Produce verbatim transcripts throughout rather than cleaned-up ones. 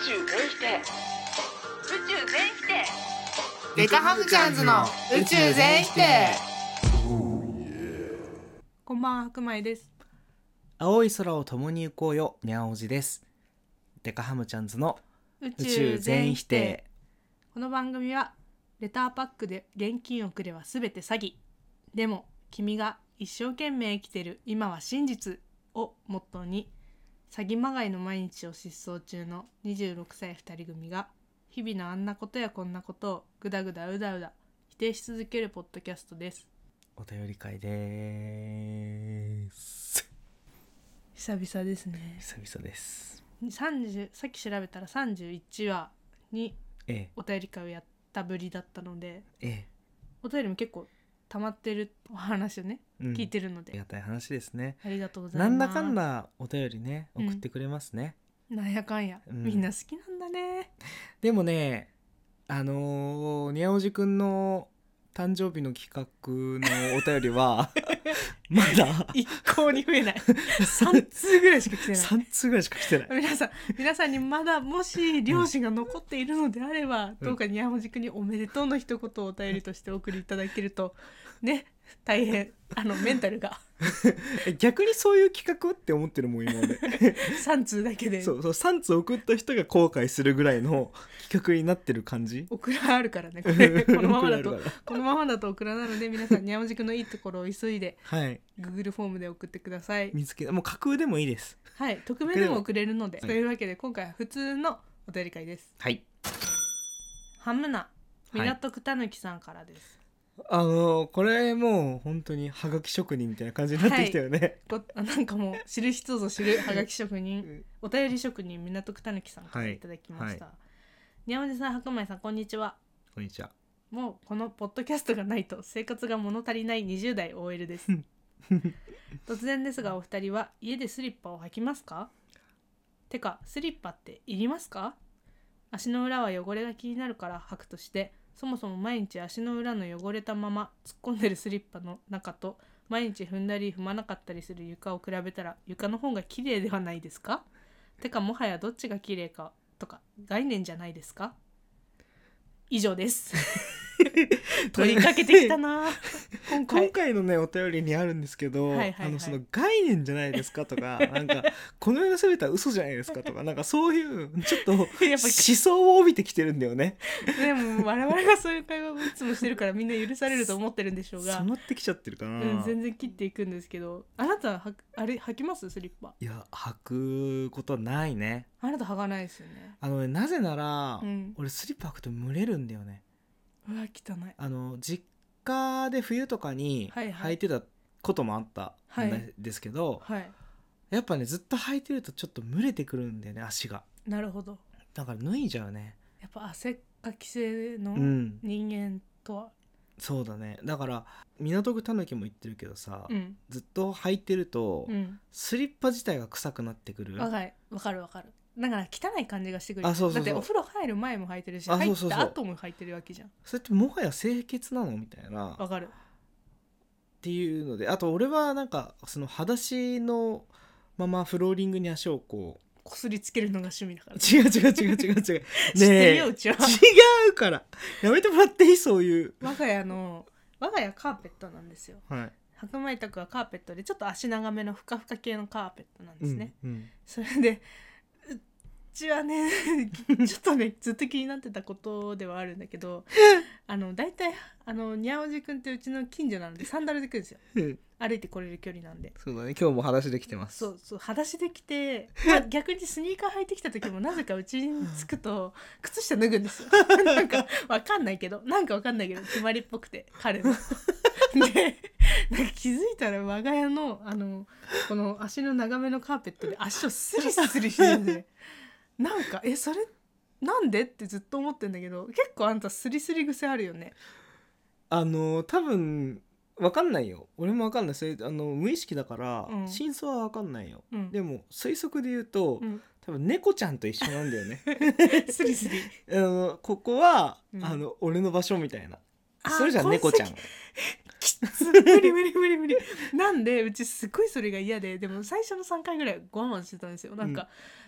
宙全否定宇宙全否定デカハムチャンズの宇宙全否定。 こんばんは、白米です。 青い空を共に行こうよ、にゃんおじです。デカハムチャンズの宇宇宙全否定。 この番組はレターパックで現金をくれはすべて詐欺、でも君が一生懸命生きてる今は真実をモットーに、詐欺まがいの毎日を失踪中のにじゅうろくさいふたり組が日々のあんなことやこんなことをぐだぐだうだうだ否定し続けるポッドキャストです。 お便り会でーす。 久々ですね。 久々です。 さんじゅうさっき調べたらさんじゅういちわにええお便り会をやったぶりだったので、 ええ、 お便りも結構溜まってるお話をね、 うん、 聞いてるのでありがたい話ですね。 ありがとうございます。 なんだかんだお便りね送ってくれますね、 うん、なんやかんや、 うん、 みんな好きなんだね。 でもね、あのー、にゃおじくんの誕生日の企画のお便りはまだ一向に増えないさんつうぐらいしか来てないさんつうぐらいしか来てない。 皆さん皆さんにまだもし両親が残っているのであれば、うん、どうかにゃおじくんにおめでとうの一言をお便りとしてお送りいただけるとね、大変あのメンタルが逆にそういう企画って思ってるもん今までさんつうだけでそうそう、さんつう送った人が後悔するぐらいの企画になってる感じ。 オクラあるからねこれこのままだとこのままだとオクラなので、皆さんにゃおじくんのいいところを急いで、はい、Google フォームで送ってください。 見つけもう架空でもいいです。 はい、匿名でも送れるので、というわけで今回は普通のお便り会です。 はい。 ハムナ港区たぬきさんからです。 あのー、これもう本当にハガキ職人みたいな感じになってきたよね、 はい、なんかもう知る人ぞ知るハガキ職人お便り職人港区たぬきさんからいただきました。はいはい、にゃおじさん、白米さん、こんにちは。 こんにちは。 もうこのポッドキャストがないと生活が物足りないにじゅう代 オーエル です突然ですが、お二人は家でスリッパを履きますか？てかスリッパっていりますか？足の裏は汚れが気になるから履くとして、そもそも毎日足の裏の汚れたまま突っ込んでるスリッパの中と毎日踏んだり踏まなかったりする床を比べたら床の方が綺麗ではないですか？てかもはやどっちが綺麗かとか概念じゃないですか？以上です問いかけてきたな今回今回のねお便りにあるんですけど、はいはいはい、あのその概念じゃないですかとかなんかこの世の全ては嘘じゃないですかとかなんかそういうちょっと思想を帯びてきてるんだよねでも我々がそういう会話をいつもしてるからみんな許されると思ってるんでしょうが染まってきちゃってるかな、 うん、全然切っていくんですけど、あなたはあれ履きますスリッパ？ いや履くことはないね。 あなた履かないですよね。 あのね、なぜなら、うん、俺スリッパ履くと蒸れるんだよね。 うわ汚い。 あの実家で冬とかに履いてたこともあったんですけど、はいはい、やっぱねずっと履いてるとちょっと蒸れてくるんだよね、足が。 なるほど。 だから脱いじゃうね。 やっぱ汗かき性の人間とは、うん、 そうだね。だから港区たぬきも言ってるけどさ、うん、ずっと履いてると、うん、スリッパ自体が臭くなってくる。 わかるわかるわかる。だから汚い感じがしてくる。 あ、そうそうそう。 だってお風呂入る前も履いてるし、入った後も履いてるわけじゃん。 それってもはや清潔なのみたいな。 わかる。 っていうので、あと俺はなんかその裸足のままフローリングに足をこうこすりつけるのが趣味だから。 違う違う違う違う違う。ねえ、知ってるようちは。 違うからやめてもらっていい、そういう。 我が家の我が家カーペットなんですよ。はい。白米宅はカーペットでちょっと足長めのふかふか系のカーペットなんですね。うんうん、それでうちはねちょっとねずっと気になってたことではあるんだけどあのだいたいあのにゃおじくんってうちの近所なのでサンダルで来るんですよ歩いて来れる距離なんで。 そうだね、今日も裸足で来てます。 そうそう、裸足で来て、まあ、逆にスニーカー履いてきた時もなぜかうちに着くと靴下脱ぐんですよなんかわかんないけどなんかわかんないけど決まりっぽくて彼のでなんか気づいたら我が家のあのこの足の長めのカーペットで足をスリスリしてるんでなんかえそれなんでってずっと思ってんだけど、結構あんたスリスリ癖あるよね。 あの多分分かんないよ、俺も分かんない。それあの無意識だから、うん、真相は分かんないよ、うん、でも推測で言うと、うん、多分猫ちゃんと一緒なんだよねスリスリあのここは、うん、あの俺の場所みたいな。それじゃ猫ちゃんきつ無理無理無理無理なんでうちすごいそれが嫌で、でも最初のさんかいぐらい我慢してたんですよ。なんか、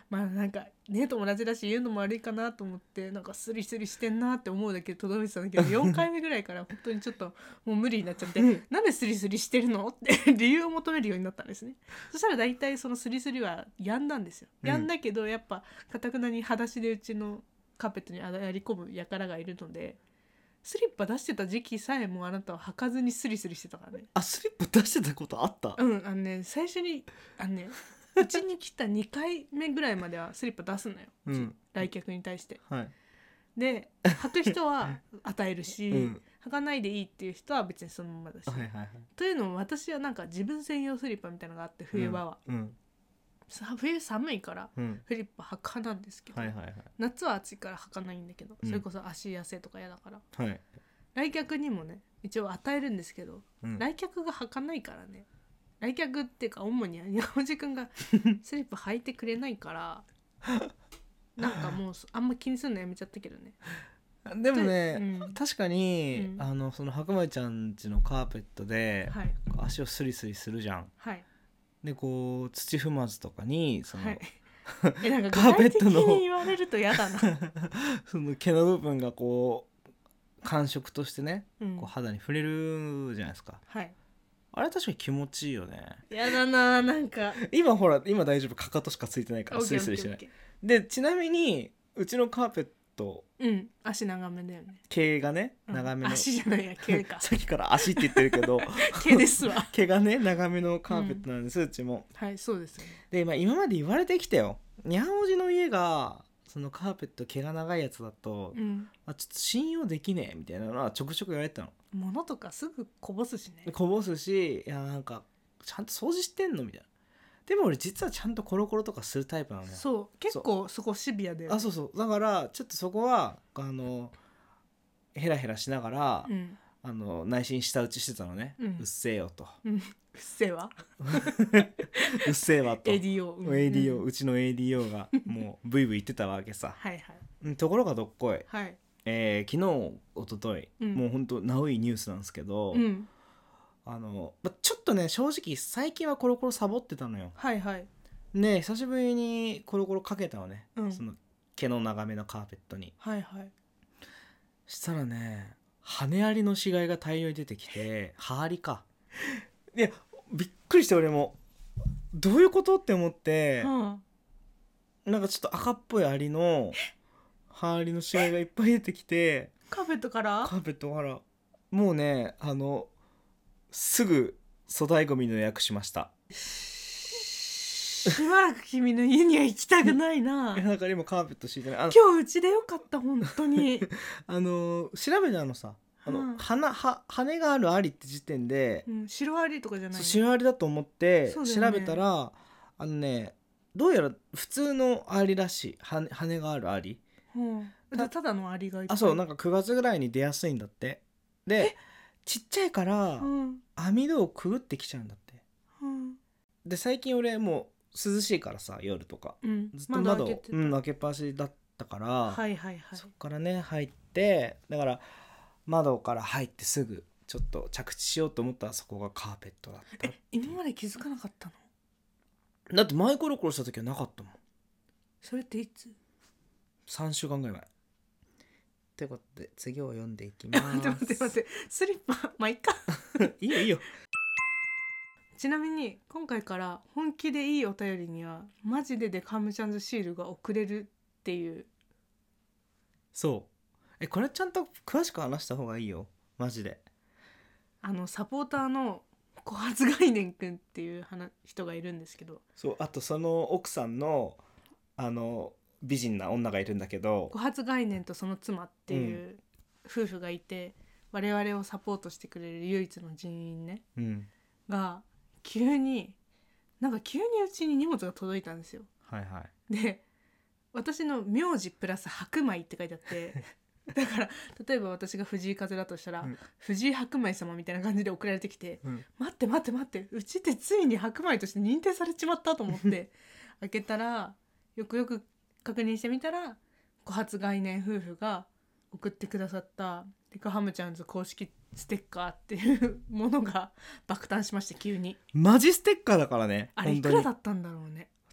まあなんかね友達だし言うのも悪いかなと思ってなんかスリスリしてんなって思うだけで届いてたんだけどよんかいめぐらいから本当にちょっともう無理になっちゃってなんでスリスリしてるのって理由を求めるようになったんですね。そしたら大体そのスリスリはやんだんですよ。やんだけどやっぱ堅くなに裸足でうちのカーペットにやり込む輩がいるのでスリッパ出してた時期さえもあなたは履かずにスリスリしてたからね。 あ、スリッパ出してたことあった？ うん、あのね最初にあのねうちに来たにかいめぐらいまではスリッパ出すのよ、 うん、 来客に対して。 はい、 で履く人は与えるし、うん、履かないでいいっていう人は別にそのままだし、 はいはいはい、 というのも私はなんか自分専用スリッパみたいなのがあって冬場は、うんうん、冬寒いからスリッパ履かなんですけど、うんはいはいはい、夏は暑いから履かないんだけど、うん、それこそ足痩せとか嫌だから、はい、来客にもね一応与えるんですけど、うん、来客が履かないからね、来客っていうか主に山地君がスリッパ履いてくれないからなんかもうあんま気にするのやめちゃったけどね。 でもね、うん、確かに、うん、あのその白米ちゃんちのカーペットで、はい、足をスリスリするじゃん、はい、でこう土踏まずとかにその、はい、 えなんか具体的に言われると嫌だなその毛の部分がこう感触としてね、うん、こう肌に触れるじゃないですか、はい、あれ確かに気持ちいいよね。 やだな、なんか今ほら今大丈夫、かかとしかついてないからスリスリしてない。でちなみにうちのカーペット、 うん、足長めだよね。 毛がね長めの、 うん、足じゃないや毛かさっきから足って言ってるけど毛ですわ毛がね長めのカーペットなんです、うん、うちも。 はいそうですよね。 で、まあ、今まで言われてきたよ、にゃんおじの家がそのカーペット毛が長いやつだと、うんまあ、ちょっと信用できねえみたいなのはちょくちょく言われてたの。 物とかすぐこぼすしね。 こぼすし、いやなんかちゃんと掃除してんのみたいな。でも俺実はちゃんとコロコロとかするタイプなのよ。 そう結構そこシビアで、 あそうそうだからちょっとそこはあのヘラヘラしながら、うん、あの内心舌打ちしてたのね、うん、うっせえよと、 うん、うっせえわうっせえわとエーディーオー、うん、 エーディーオー うちの エーディーオー がもうブイブイ言ってたわけさはい、はい、ところがどっこい、はいえー、昨日一昨日、うん、もうほんとナウイニュースなんですけど、うんあのま、ちょっとね正直最近はコロコロサボってたのよ。はいはいね久しぶりにコロコロかけたのね、うん、その毛の長めのカーペットに。はいはいしたらね羽アリの死骸が大量に出てきて羽アリかいやびっくりして俺もどういうことって思って、うん、なんかちょっと赤っぽいアリの羽アリの死骸がいっぱい出てきてカーペットからカーペットからもうねあのすぐ粗大ごみの予約しました。 しばらく君の家には行きたくないな。 いやだから今カーペット敷いてない。あの今日うちでよかった本当にあの調べたのさあの、うん、花は羽があるアリって時点で、 うん、白アリとかじゃないの？ 白アリだと思って調べたら、ね、あのねどうやら普通のアリらしい羽, 羽があるアリ、 うん、た, ただのアリがいっぱい。 あそうなんかくがつぐらいに出やすいんだって。でちっちゃいから、うん、網戸をくぐってきちゃうんだって、うん、で最近俺もう涼しいからさ夜とか、うん、ずっと窓、窓開けてた、うん、開けっぱなしだったから、はいはいはい、そっからね入ってだから窓から入ってすぐちょっと着地しようと思ったらそこがカーペットだった。 え今まで気づかなかったの？ だって前コロコロした時はなかったもん。 それっていつ？ さんしゅうかんぐらい前ということで次を読んでいきます。 待って待って待ってスリッパまあいっかいいよいいよ。 ちなみに今回から本気でいいお便りにはマジでデカムチャンズシールが送れるっていう。 そうえこれちゃんと詳しく話した方がいいよマジで。 あのサポーターの小発概念くんっていう人がいるんですけど、 そうあとその奥さんのあの美人な女がいるんだけど小発概念とその妻っていう夫婦がいて、うん、我々をサポートしてくれる唯一の人員ね、うん、が急になんか急にうちに荷物が届いたんですよ。はいはい、で私の名字プラス白米って書いてあってだから例えば私が藤井風だとしたら、うん、藤井白米様みたいな感じで送られてきて、うん、待って待って待ってうちってついに白米として認定されちまったと思って開けたらよくよく確認してみたら小発概念夫婦が送ってくださったデカハムチャンズ公式ステッカーっていうものが爆誕しまして急に。 マジステッカーだからね。 あれいくらだったんだろうね。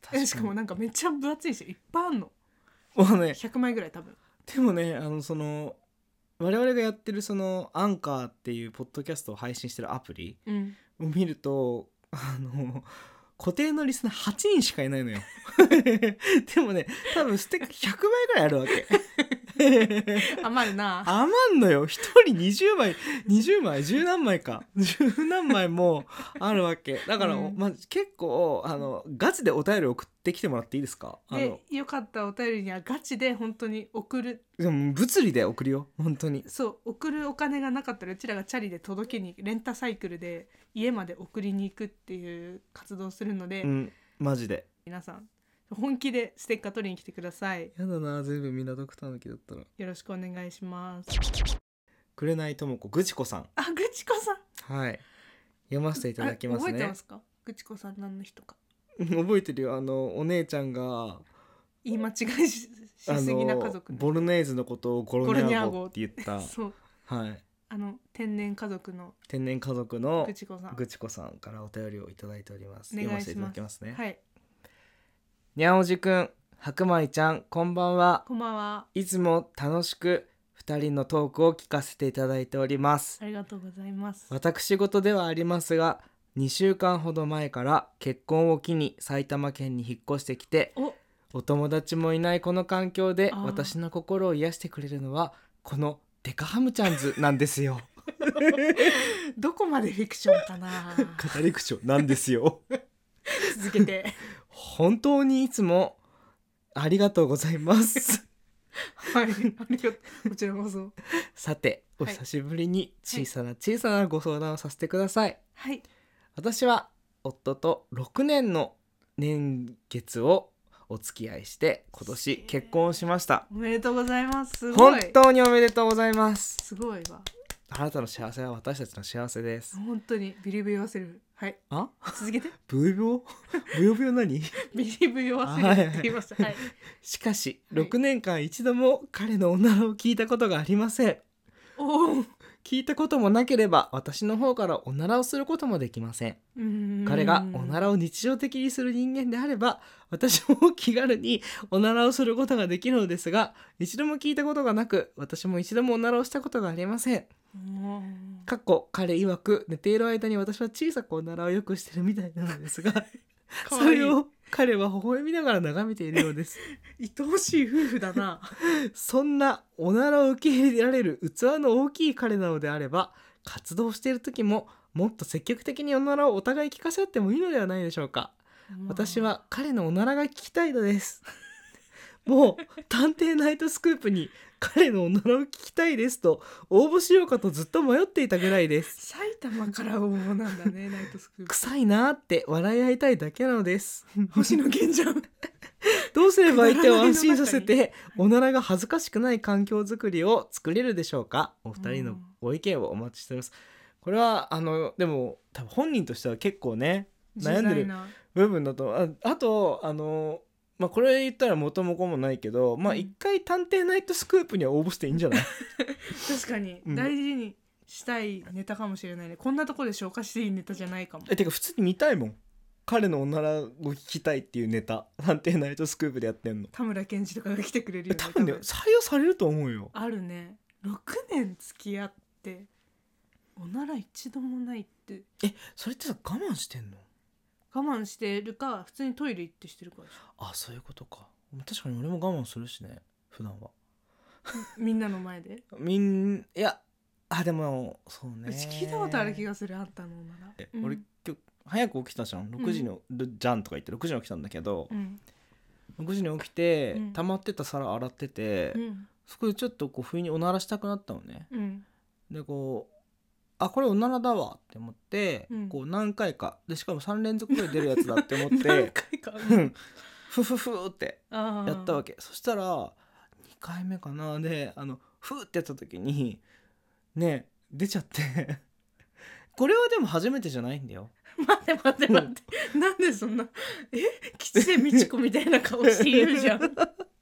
確かにしかもなんかめっちゃ分厚いしいっぱいあんのもうねひゃくまいぐらい多分。 でもねあのその我々がやってるそのアンカーっていうポッドキャストを配信してるアプリを見ると、うん、あの固定のリスナーはちにんしかいないのよでもね多分ステッカーひゃくまいぐらいあるわけ余るな余んのよ。一人にじゅうまいにじゅうまいじゅう何枚か十何枚もあるわけだから、うんまあ、結構あのガチでお便り送ってきてもらっていいですか。あのでよかったお便りにはガチで本当に送る。 でも物理で送るよ本当に。 そう送るお金がなかったらうちらがチャリで届けにレンタサイクルで家まで送りに行くっていう活動をするので、 うん、マジで皆さん本気でステッカー取りに来てください。 やだな全部みんなドクターの木だったら。 よろしくお願いします。 くれないともこぐちこさん。 あぐちこさんはい読ませていただきますね。 覚えてますかぐちこさん何の人か。 覚えてるよ。あのお姉ちゃんが言い間違い し, しすぎな家族のボルネーズのことをゴロニャーゴって言ったそうはいあの天然家族の天然家族のぐちこさんぐちこさんからお便りをいただいております。 お願いします。 読ませていただきますね。 はい。 にゃおじくん、白米ちゃん、こんばんは。 こんばんは。 いつも楽しくふたりのトークを聞かせていただいております。 ありがとうございます。 私事ではありますが、にしゅうかんほど前から結婚を機に埼玉県に引っ越してきて、おお友達もいないこの環境で私の心を癒してくれるのはこのデカハムチャンズなんですよ。 どこまでフィクションかな。 語り口調なんですよ。 続けて。 本当にいつもありがとうございます。 はい、ありがとう。こちらこそ。 さて、お久しぶりに小さな小さなご相談をさせてください。 はい。 私は夫とろくねんの年月をお付き合いして今年結婚しました。 おめでとうございます。すごい。 本当におめでとうございます。 すごいわ。 あなたの幸せは私たちの幸せです。 本当にビリビリ忘れる。はい。 あ？ 続けて。 ブヨブヨ？ブヨブヨ何？ ビリビリ忘れるって言いました。はい。 しかしろくねんかん一度も彼のおならを聞いたことがありません。 おお。 聞いたこともなければ私の方からおならをすることもできません。 うーん彼がおならを日常的にする人間であれば私も気軽におならをすることができるのですが、一度も聞いたことがなく私も一度もおならをしたことがありません。かっこ彼曰く寝ている間に私は小さくおならをよくしてるみたいなのですがそれを彼は微笑みながら眺めているようです。 愛おしい夫婦だな。 そんなおならを受け入れられる器の大きい彼なのであれば、活動している時ももっと積極的におならをお互い聞かせ合ってもいいのではないでしょうか。私は彼のおならが聞きたいのです。もう探偵ナイトスクープに彼のおならを聞きたいですと応募しようかとずっと迷っていたぐらいです。 埼玉から応募なんだね。ナイトスクープ。 臭いなーって笑い合いたいだけなのです。 星野源じゃん。 どうすれば相手を安心させておならが恥ずかしくない環境づくりを作れるでしょうか。お二人のご意見をお待ちしています。これはあのでも多分本人としては結構ね悩んでる部分だと あ, あとあのまあこれ言ったら元も子もないけど、まあ一回探偵ナイトスクープには応募していいんじゃない？ 確かに、うん、大事にしたいネタかもしれないね。こんなところで消化していいネタじゃないかも。 えてか普通に見たいもん。彼のおならを聞きたいっていうネタ探偵ナイトスクープでやってんの。 田村健二とかが来てくれるよね。 多分ね採用されると思うよ。 あるね。ろくねん付き合っておなら一度もないって。 えそれってさ我慢してんの？ 我慢してるか普通にトイレ行ってしてるかでしょ。 あそういうことか。確かに俺も我慢するしね普段は。 みんなの前で？ みんいやあでもそうね。 うち聞いたことある気がするあんたのおなら。 え、うん、俺今日早く起きたじゃん。ろくじに、うん、じゃんとか言ってろくじに起きたんだけど、うん、ろくじに起きて、うん、溜まってた皿洗ってて、うん、そこでちょっとこう不意におならしたくなったのね、うん、でこうあこれおならだわって思って、うん、こう何回かでしかもさん連続ぐらい出るやつだって思って何回かフフフってやったわけ。そしたらにかいめかなであのフーってやった時にね出ちゃってこれはでも初めてじゃないんだよ。 待って待って待って、うん、なんでそんなえ吉瀬美智子みたいな顔して言うじゃん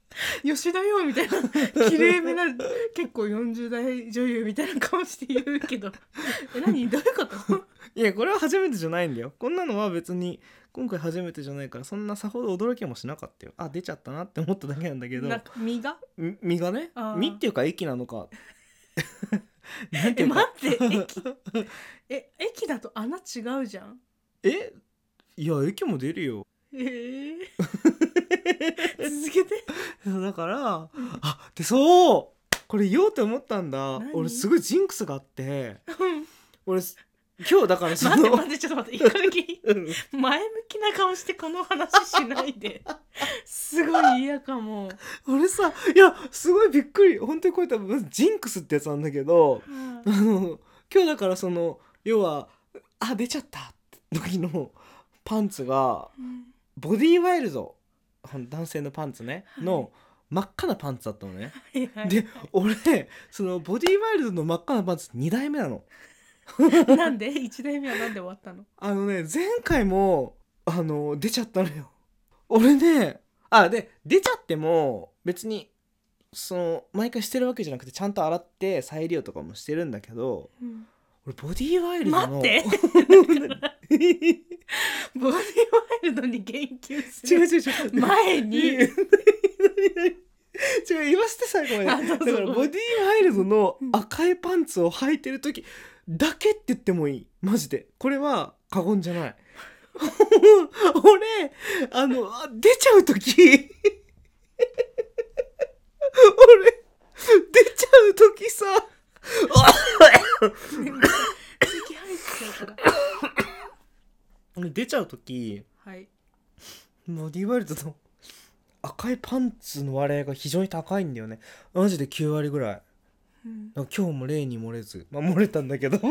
吉田よみたいな綺麗めな結構よんじゅう代女優みたいな顔して言うけどえ何どういうこといやこれは初めてじゃないんだよ。こんなのは別に今回初めてじゃないからそんなさほど驚きもしなかったよ。あ出ちゃったなって思っただけなんだけど、 なんか身が身がね、身っていうか駅なのかなんていうかえ待って駅え駅だと穴違うじゃん。 えいや駅も出るよ。 えー、続けてだからあでそうこれ言おうって思ったんだ。俺すごいジンクスがあって俺今日だからその待って待ってちょっと待って一回だけ、うん、前向きな顔してこの話しないですごい嫌かも。 俺さいやすごいびっくり本当にこういったジンクスってやつなんだけど、うん、あの今日だからその要はあ出ちゃったって時のパンツが、うん、ボディワイルド男性のパンツね、はい、の真っ赤なパンツだったのね、はいはい、で俺そのボディワイルドの真っ赤なパンツにだいめなのなんでいちだいめはなんで終わったの？ あのね前回もあの出ちゃったのよ俺ね。あで出ちゃっても別にその毎回してるわけじゃなくてちゃんと洗って再利用とかもしてるんだけど、うん、俺ボディワイルドの待ってボディワイルドに言及する違う違う違う前に違う言わせて最後までだからボディワイルドの赤いパンツを履いてる時だけって言ってもいいマジでこれは過言じゃない俺あの出ちゃう時俺出ちゃう時さ出ちゃう時、はい、ボディワイルドの赤いパンツの割合が非常に高いんだよねマジできゅうわりぐらい、うん、今日も例に漏れずまあ漏れたんだけど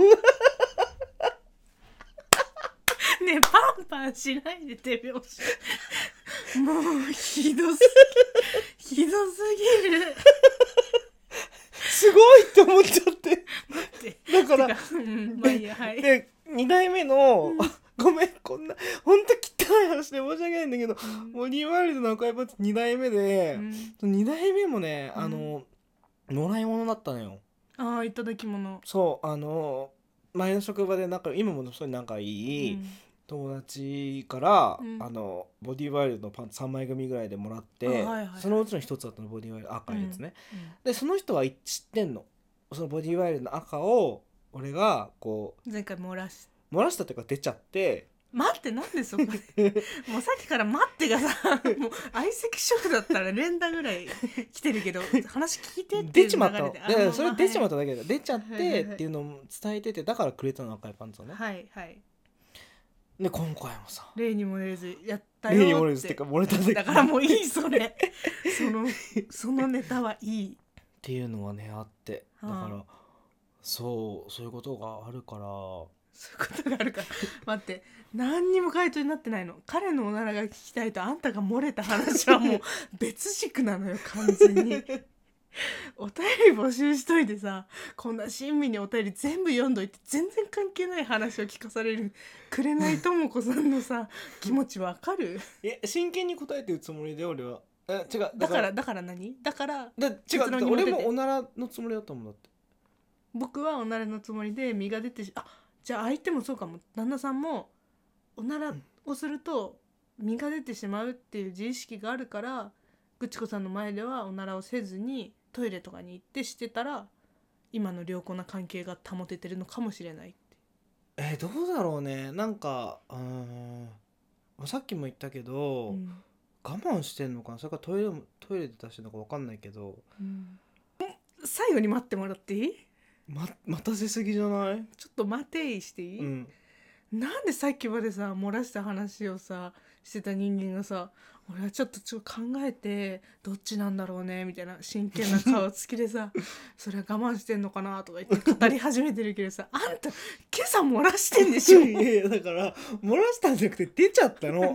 ねえパンパンしないで手拍子もうひどすぎひどすぎるすごいって思っちゃって待ってだからうん、まあいいや、はい、 でにだいめの、うん、ごめんこんなほんと汚い話で申し訳ないんだけど、うん、ボディワイルドの赤いパンツにだいめで、うん、にだいめもね、うん、あのもらい物だったのよ。 ああいただき物。 そうあの前の職場で仲今もそれ仲いい、うん友達から、うん、あのボディワイルドのパンツさんまい組ぐらいでもらって、はいはいはい、そのうちの一つだったのボディワイルド赤いやつね、うんうん、でその人は知ってんのそのボディワイルドの赤を俺がこう前回漏らし漏らしたというか出ちゃって待ってなんでそこでもうさっきから待ってがさもう相席食だったら連打ぐらい来てるけど話聞いてっていう流れで出ちまったのでそれ出ちまっただけだ出ちゃってっていうのを伝えててだからくれたの赤いパンツをねはいはいで今回もさ例に漏れずやったよって例に漏れずってか漏れただけだからもういいそれそのそのネタはいいっていうのはねあってだから、はあ、そうそういうことがあるからそういうことがあるから待って何にも回答になってないの彼のおならが聞きたいとあんたが漏れた話はもう別軸なのよ完全にお便り募集しといてさこんな親身にお便り全部読んどいて全然関係ない話を聞かされる紅ともこさんのさ気持ちわかる？ え真剣に答えてるつもりで俺はえ違うだからだから何だからだ違う俺もおならのつもりだったもんだって僕はおならのつもりで身が出てあじゃあ相手もそうかも旦那さんもおならをすると身が出てしまうっていう自意識があるからぐちこさんの前ではおならをせずにトイレとかに行ってしてたら今の良好な関係が保ててるのかもしれないってえー、どうだろうねなんかうーんさっきも言ったけど、うん、我慢してんのかなそれからトイレトイレで出してるのか分かんないけど、うん、 最後に待ってもらっていい？ ま、待たせすぎじゃない？ ちょっと待ていしていい？うん、なんでさっきまでさ漏らした話をさしてた人間がさ俺はちょっとちょっと考えてどっちなんだろうねみたいな真剣な顔つきでさそれは我慢してんのかなとか言って語り始めてるけどさあんた今朝漏らしてんでしょいやいやだから漏らしたんじゃなくて出ちゃったのもう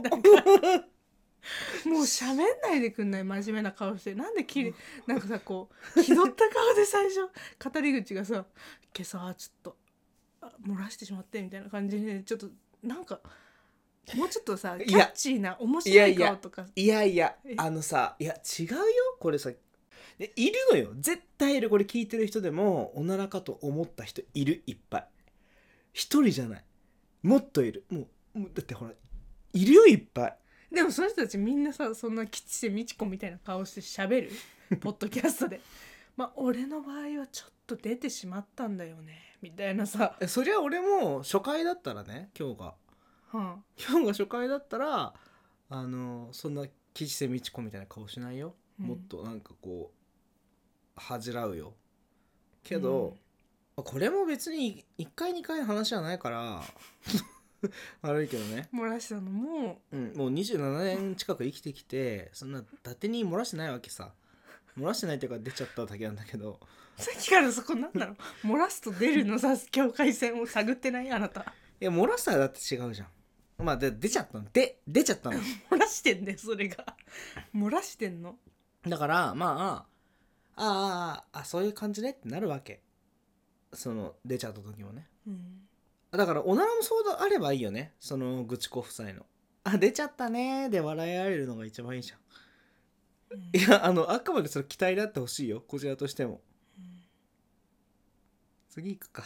喋んないでくんない真面目な顔してなんできれなんかさこう気取った顔で最初語り口がさ今朝ちょっと漏らしてしまってみたいな感じでちょっとなんかもうちょっとさキャッチーな面白い顔とか。 いやいやいやあのさいや違うよこれさでいるのよ絶対いるこれ聞いてる人でもおならかと思った人いるいっぱい一人じゃないもっといるもう、もうだってほらいるよいっぱいでもその人たちみんなさそんな吉瀬美智子みたいな顔して喋るポッドキャストでまあ俺の場合はちょっと出てしまったんだよねみたいなさそりゃ俺も初回だったらね今日が、はあ、今日が初回だったらあのそんな吉瀬美智子みたいな顔しないよ、うん、もっとなんかこう恥じらうよけど、うん、これも別にいっかいにかいの話じゃないから悪いけどね漏らしたのも、 うん、もうにじゅうななねん近く生きてきてそんな伊達に漏らしてないわけさ漏らしてないっていうか出ちゃっただけなんだけどさっきからそこなんだろう漏らすと出るのさ境界線を探ってないあなたいや漏らしたらだって違うじゃんまあで出ちゃったので出ちゃったの漏らしてんねそれが漏らしてんのだからまああああそういう感じねってなるわけその出ちゃった時もね、うん、だからおならもそうであればいいよねそのぐちこ夫妻のあ出ちゃったねで笑い合えるのが一番いいじゃん、うん、いやあのあくまでそれ期待であってほしいよこちらとしても、うん、次行くか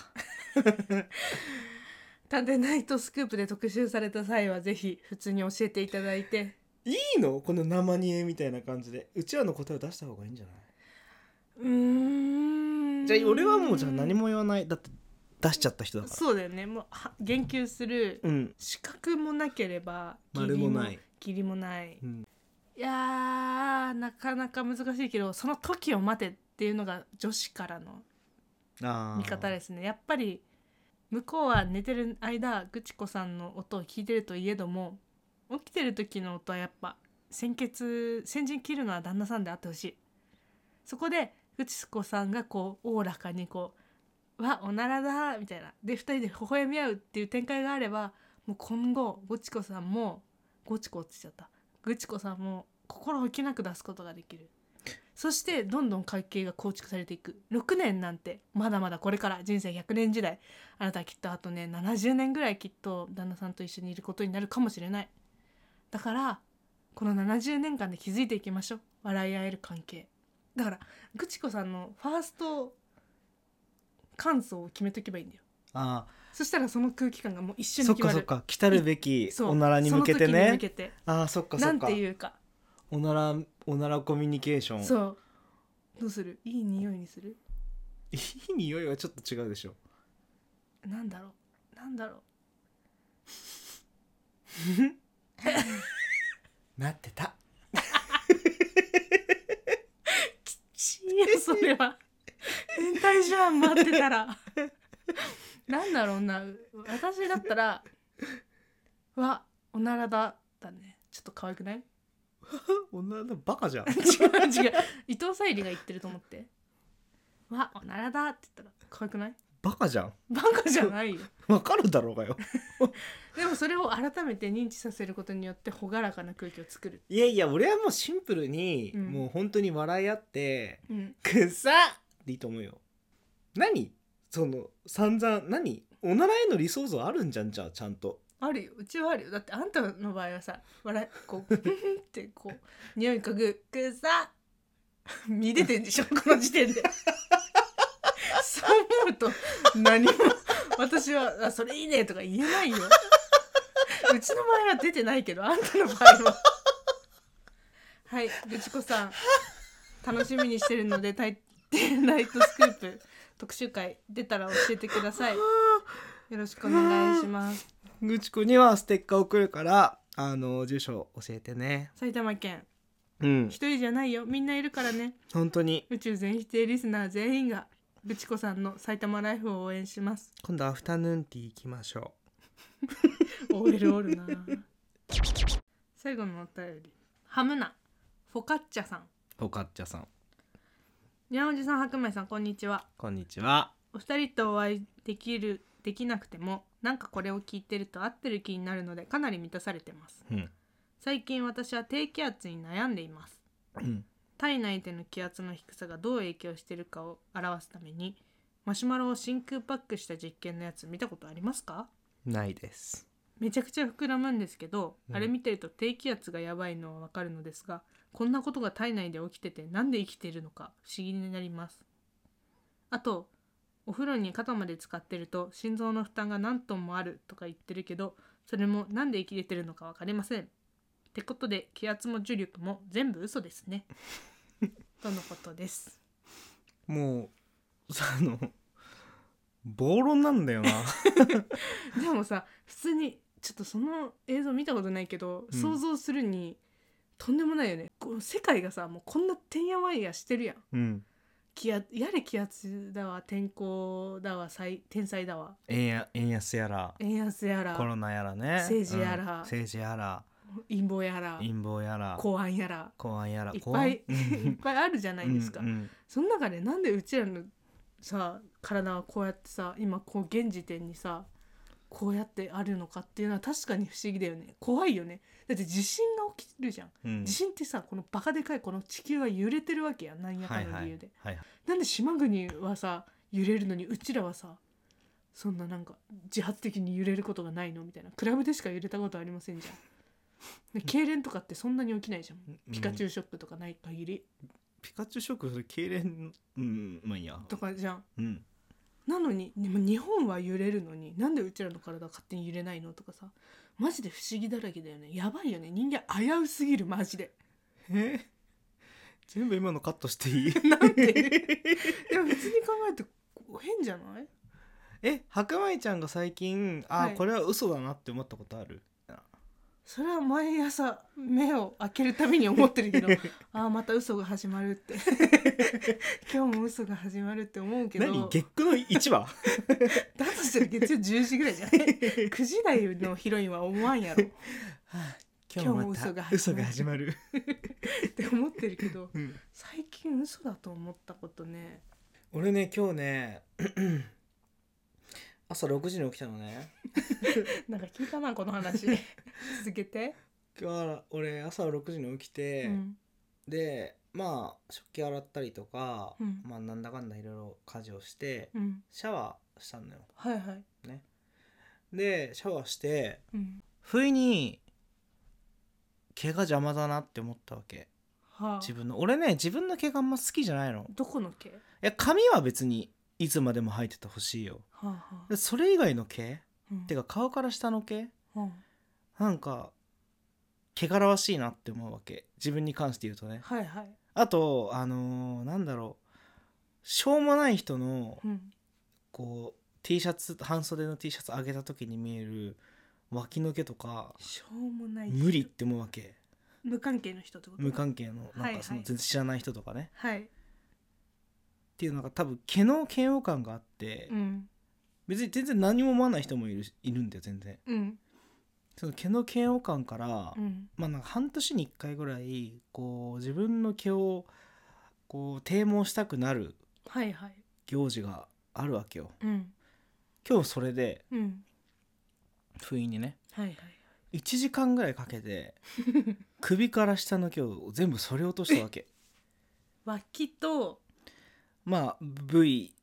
探偵ナイトスクープで特集された際はぜひ普通に教えていただいていいのこの生煮えみたいな感じでうちらの答えを出した方がいいんじゃないうーんじゃあ俺はもうじゃあ何も言わないだって出しちゃった人だからそうだよねもう言及する資格もなければ丸もない義理もない、うん、いやーなかなか難しいけどその時を待てっていうのが女子からの見方ですねやっぱり向こうは寝てる間ぐちこさんの音を聞いてるといえども起きてる時の音はやっぱ先決先陣切るのは旦那さんであってほしいそこでぐちこさんがこうおおらかにこうわおならだみたいなでふたりで微笑み合うっていう展開があればもう今後ごちこさんもごちこって言っちゃったぐちこさんも心置きなく出すことができるそしてどんどん関係が構築されていくろくねんなんてまだまだこれから人生ひゃくねん時代あなたはきっとあとねななじゅうねんぐらいきっと旦那さんと一緒にいることになるかもしれないだからこのななじゅうねんかんで築いていきましょう笑い合える関係だからぐちこさんのファースト感想を決めとけばいいんだよああそしたらその空気感がもう一瞬で決まるそっかそっか来たるべきおならに向けてねその時に向けてああそっかそっかなんていうかおならおならコミュニケーションそうどうするいい匂いにするいい匂いはちょっと違うでしょなんだろうなんだろう待ってたきちいよそれは変態じゃん待ってたらなんだろうな私だったらわおならだだねちょっと可愛くないおならだバカじゃん違う違う伊藤沙莉が言ってると思ってわおならだって言ったら可愛くないバカじゃんバカじゃないよわかるだろうがよでもそれを改めて認知させることによって朗らかな空気を作るいやいや俺はもうシンプルに、うん、もう本当に笑い合って、うん、くっさっていいと思うよ何その散々何おならへの理想像あるんじゃんじゃあちゃんとあるようちはあるよだってあんたの場合はさ笑いこうってこう匂い嗅ぐくさ見出てんでしょこの時点でそう思うと何も私はあそれいいねとか言えないようちの場合は出てないけどあんたの場合ははいぐちこさん楽しみにしてるのでナイトスクープ特集会出たら教えてくださいよろしくお願いしますぐちこにはステッカー送るからあの住所教えてね埼玉県うん一人じゃないよみんないるからね本当に宇宙全否定リスナー全員がぐちこさんの埼玉ライフを応援します今度アフタヌーンティー行きましょうオーエルおるな最後のお便りハムナフォカッチャさんフォカッチャさんにゃんおじさん白米さんこんにちはこんにちはお二人とお会いできるできなくてもなんかこれを聞いてると合ってる気になるのでかなり満たされてます、 うん、 最近私は低気圧に悩んでいます、 うん、 体内での気圧の低さがどう影響しているかを表すためにマシュマロを真空パックした実験のやつ見たことありますか？ ないです。 めちゃくちゃ膨らむんですけど、うん、あれ見てると低気圧がやばいのはわかるのですが、こんなことが体内で起きててなんで生きているのか不思議になります。あとお風呂に肩まで浸かってると心臓の負担が何トンもあるとか言ってるけど、それもなんで生きれてるのか分かりません。ってことで気圧も重力も全部嘘ですねとのことです。 もうあの暴論なんだよなでもさ、普通にちょっとその映像見たことないけど、うん、想像するにとんでもないよね。こう世界がさもうこんなてんやわんやしてるやん、うん、気圧やれ気圧だわ、天候だわ、天災だわ、 円や円安やら円安やらコロナやらね、 政治やら、うん、 政治やら陰謀やら陰謀やら公安やら公安やらいっぱいいっぱいあるじゃないですか、うんうん、その中でなんでうちらのさ体はこうやってさ今こう現時点にさこうやってあるのかっていうのは確かに不思議だよね。怖いよね。だって地震が起きるじゃん、うん、地震ってさこのバカでかいこの地球は揺れてるわけや、なんやかの理由で、はいはいはいはい、なんで島国はさ揺れるのにうちらはさそんななんか自発的に揺れることがないのみたいな。クラブでしか揺れたことありませんじゃん。で痙攣とかってそんなに起きないじゃん、ピカチュウショックとかない限り、 うん、ピカチュウショックそれ痙攣うんまあいいやとかじゃん、 うん、 なのにでも日本は揺れるのになんでうちらの体は勝手に揺れないのとかさ、マジで不思議だらけだよね。やばいよね、人間危うすぎるマジで。 え全部今のカットしていいなんででも別に考えて変じゃない？ え白米ちゃんが最近あ、はい、これは嘘だなって思ったことある？ それは毎朝目を開けるたびに思ってるけどああまた嘘が始まるって今日も嘘が始まるって思うけど。 何月九のいちわだとしたら月曜じゅうじぐらいじゃないくじ台のヒロインは思わんやろ、はあ、今日もまた嘘が始まるって思ってるけど、うん、最近嘘だと思ったことね。 俺ね今日ね朝ろくじに起きたのねなんか聞いたなこの話続けて。 今日は俺朝ろくじに起きて、うん、でまあ食器洗ったりとか、うん、まあなんだかんだいろいろ家事をして、うん、シャワーしたのよ。 はいはいね、でシャワーして、うん、不意に毛が邪魔だなって思ったわけ、はあ、自分の俺ね自分の毛があんま好きじゃないの。 どこの毛？いや髪は別にいつまでも生えててほしいよ、はあはあ、それ以外の毛、うん、てか顔から下の毛、はあ、なんか汚らわしいなって思うわけ、自分に関して言うとね、 はいはい、 あとあのー、なんだろうしょうもない人の、うん、こう T シャツ半袖の T シャツ上げた時に見える脇の毛とかしょうもない無理って思うわけ。 無関係の人ってこと？ 無関係のなんかその全然知らない人とかね、 はい、 っていうのが多分毛の嫌悪感があって、うん、別に全然何も思わない人もいるいるんだよ全然、うん、その毛の嫌悪感から、うん、まあなんか半年にいっかいぐらいこう自分の毛をこう剃毛したくなる行事があるわけよ、はいはい、今日それで、うん、不意にね、はいはい、いちじかんぐらいかけて首から下の毛を全部剃り落としたわけ脇とまあ V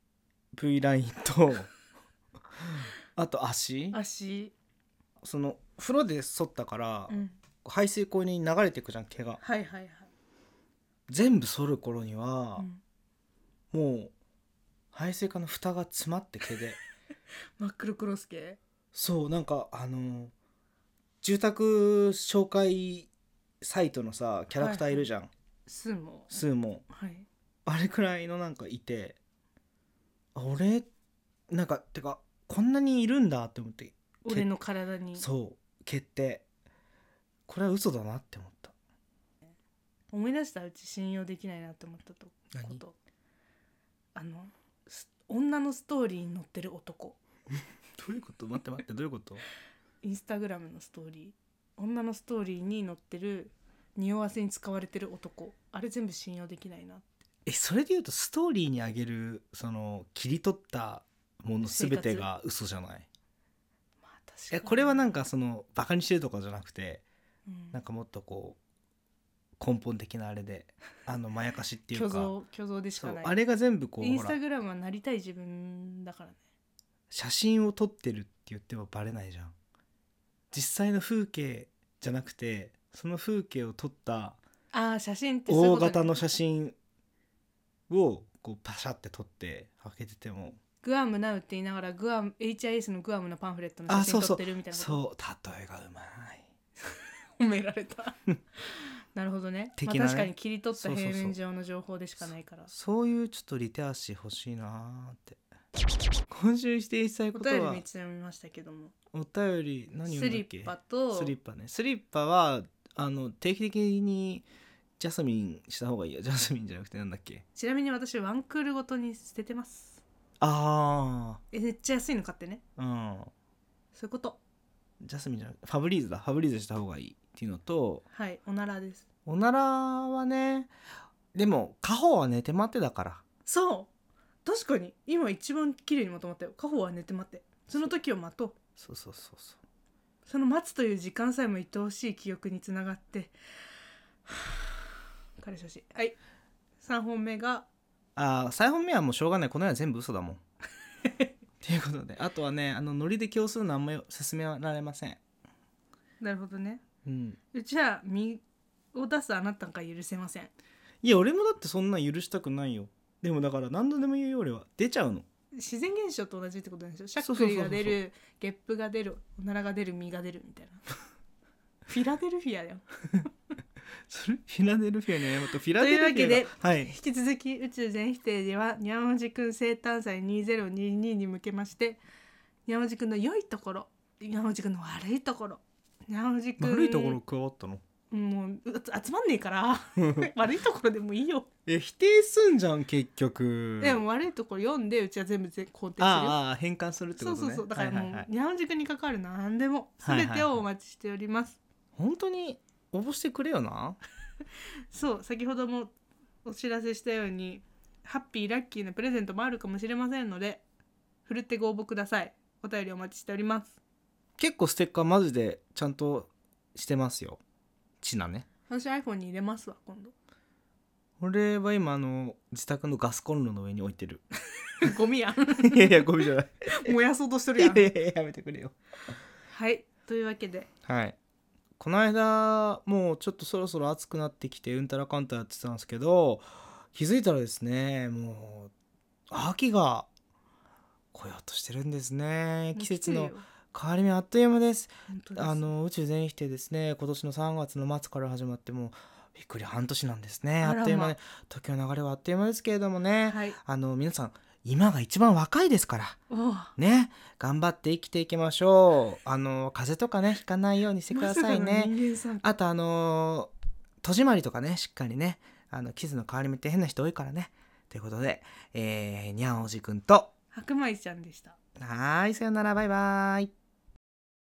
V ラインとあと足足その風呂で剃ったから、うん、排水溝に流れていくじゃん毛が、 はいはいはい、 全部剃る頃には、うん、もう排水管の蓋が詰まって毛で真っ黒クロス毛。 そうなんかあの住宅紹介サイトのさキャラクターいるじゃん、はいはい、 スーモスーモ、はい、あれくらいのなんかいて、あ俺なんかてかこんなにいるんだって思って、 俺の体にそう毛ってこれは嘘だなって思った。 思い出した。うち信用できないなって思ったとこと、あの女のストーリーに載ってる男どういうこと？待って待ってどういうこと？ インスタグラムのストーリー、女のストーリーに載ってる匂わせに使われてる男、あれ全部信用できないなって。 えそれで言うとストーリーにあげるその切り取ったもの全てが嘘じゃない？まあ確かに。えこれはなんかそのバカにしてるとかじゃなくて、うん、なんかもっとこう根本的なあれであのまやかしっていうか虚像虚像でしかない。 あれが全部こうインスタグラムはなりたい自分だからね。 写真を撮ってるって言ってもバレないじゃん。 実際の風景じゃなくてその風景を撮ったあ写真ってそういう大ことね型の写真をこうパシャって撮って開けててもグアムナウって言いながらグアム エイチアイエス のグアムのパンフレットの写真撮ってるみたいなこと。 そうそう例えがうまい褒められたなるほどね。 的なねまあ、確かに切り取った平面上の情報でしかないから。 そうそうそうそういうちょっとリテラシー欲しいなーって今週していきたいことはお便りみっつ読みましたけども、 お便り何読んだっけ。 スリッパとスリッパね。スリッパはあの定期的にジャスミンした方がいいよ。ジャスミンじゃなくてなんだっけ。 ちなみに私ワンクールごとに捨ててます。 あえめっちゃ安いの買ってね。 あうんそういうこと。 ジャスミンじゃなくてファブリーズだ。ファブリーズした方がいいっていうのと、 はいおならです。 おならはね、でもカホは寝て待ってだから。 そう確かに今一番綺麗にまとまったよ。カホは寝て待って、その時を待とう。 そうそうそうそう。 その待つという時間さえも愛おしい記憶につながって彼氏欲しい。はいさんぼんめがああさんぼんめはもうしょうがない。この世は全部嘘だもんっていうことで、あとはね、あのノリで競数のあんまり進められません。 なるほどね。 うんうちは身を出すあなたが許せません。 いや俺もだってそんなん許したくないよ。でもだから何度でも言うよ、俺は出ちゃうの。 自然現象と同じってことなんですよ。しゃっくそうそうそうそうりが出る、ゲップが出る、おならが出る、身が出るみたいなフィラデルフィアだよそれフィラデルフィアに謝るとフィラデルフィアがというわけで、 はい、 引き続き宇宙全否定ではにゃんおじくん生誕祭にせんにじゅうにに向けまして、にゃんおじくんの良いところ、にゃんおじくんの悪いところ、にゃんおじくん悪いところ加わったの。 もう集まんねえから悪いところでもいいよ。 え否定すんじゃん結局。 でも悪いところ読んでうちは全部肯定するよ。 ああ変換するってことね。 そうそうそうだからもう、 はいはいはい、 にゃんおじくんに関わる何でも全てをお待ちしております、 はいはいはい、本当に応募してくれよなそう先ほどもお知らせしたようにハッピーラッキーなプレゼントもあるかもしれませんので、ふるってご応募ください。お便りお待ちしております。 結構ステッカーマジでちゃんとしてますよ。ちなね。 私 iPhone に入れますわ今度。 俺は今あの自宅のガスコンロの上に置いてるゴミやんいやいやゴミじゃない燃やそうとしてるやんいやいややめてくれよ。 はいというわけではいこの間もうちょっとそろそろ暑くなってきてうんたらかんたらやってたんですけど、気づいたらですねもう秋が来ようとしてるんですね。季節の変わり目あっという間です。 ですあの宇宙全否定ですね、今年のさんがつの末から始まってもうびっくり半年なんですね。あっという間で、時の流れはあっという間ですけれどもね、 はい、 あの皆さん今が一番若いですからね、頑張って生きていきましょう。あの風邪とかねひかないようにしてくださいね。あとあの戸締まりとかねしっかりね、あの季節の変わり目って変な人多いからね。ということで、えー、にゃんおじくんと白米ちゃんでした。 はいさよならバイバイ。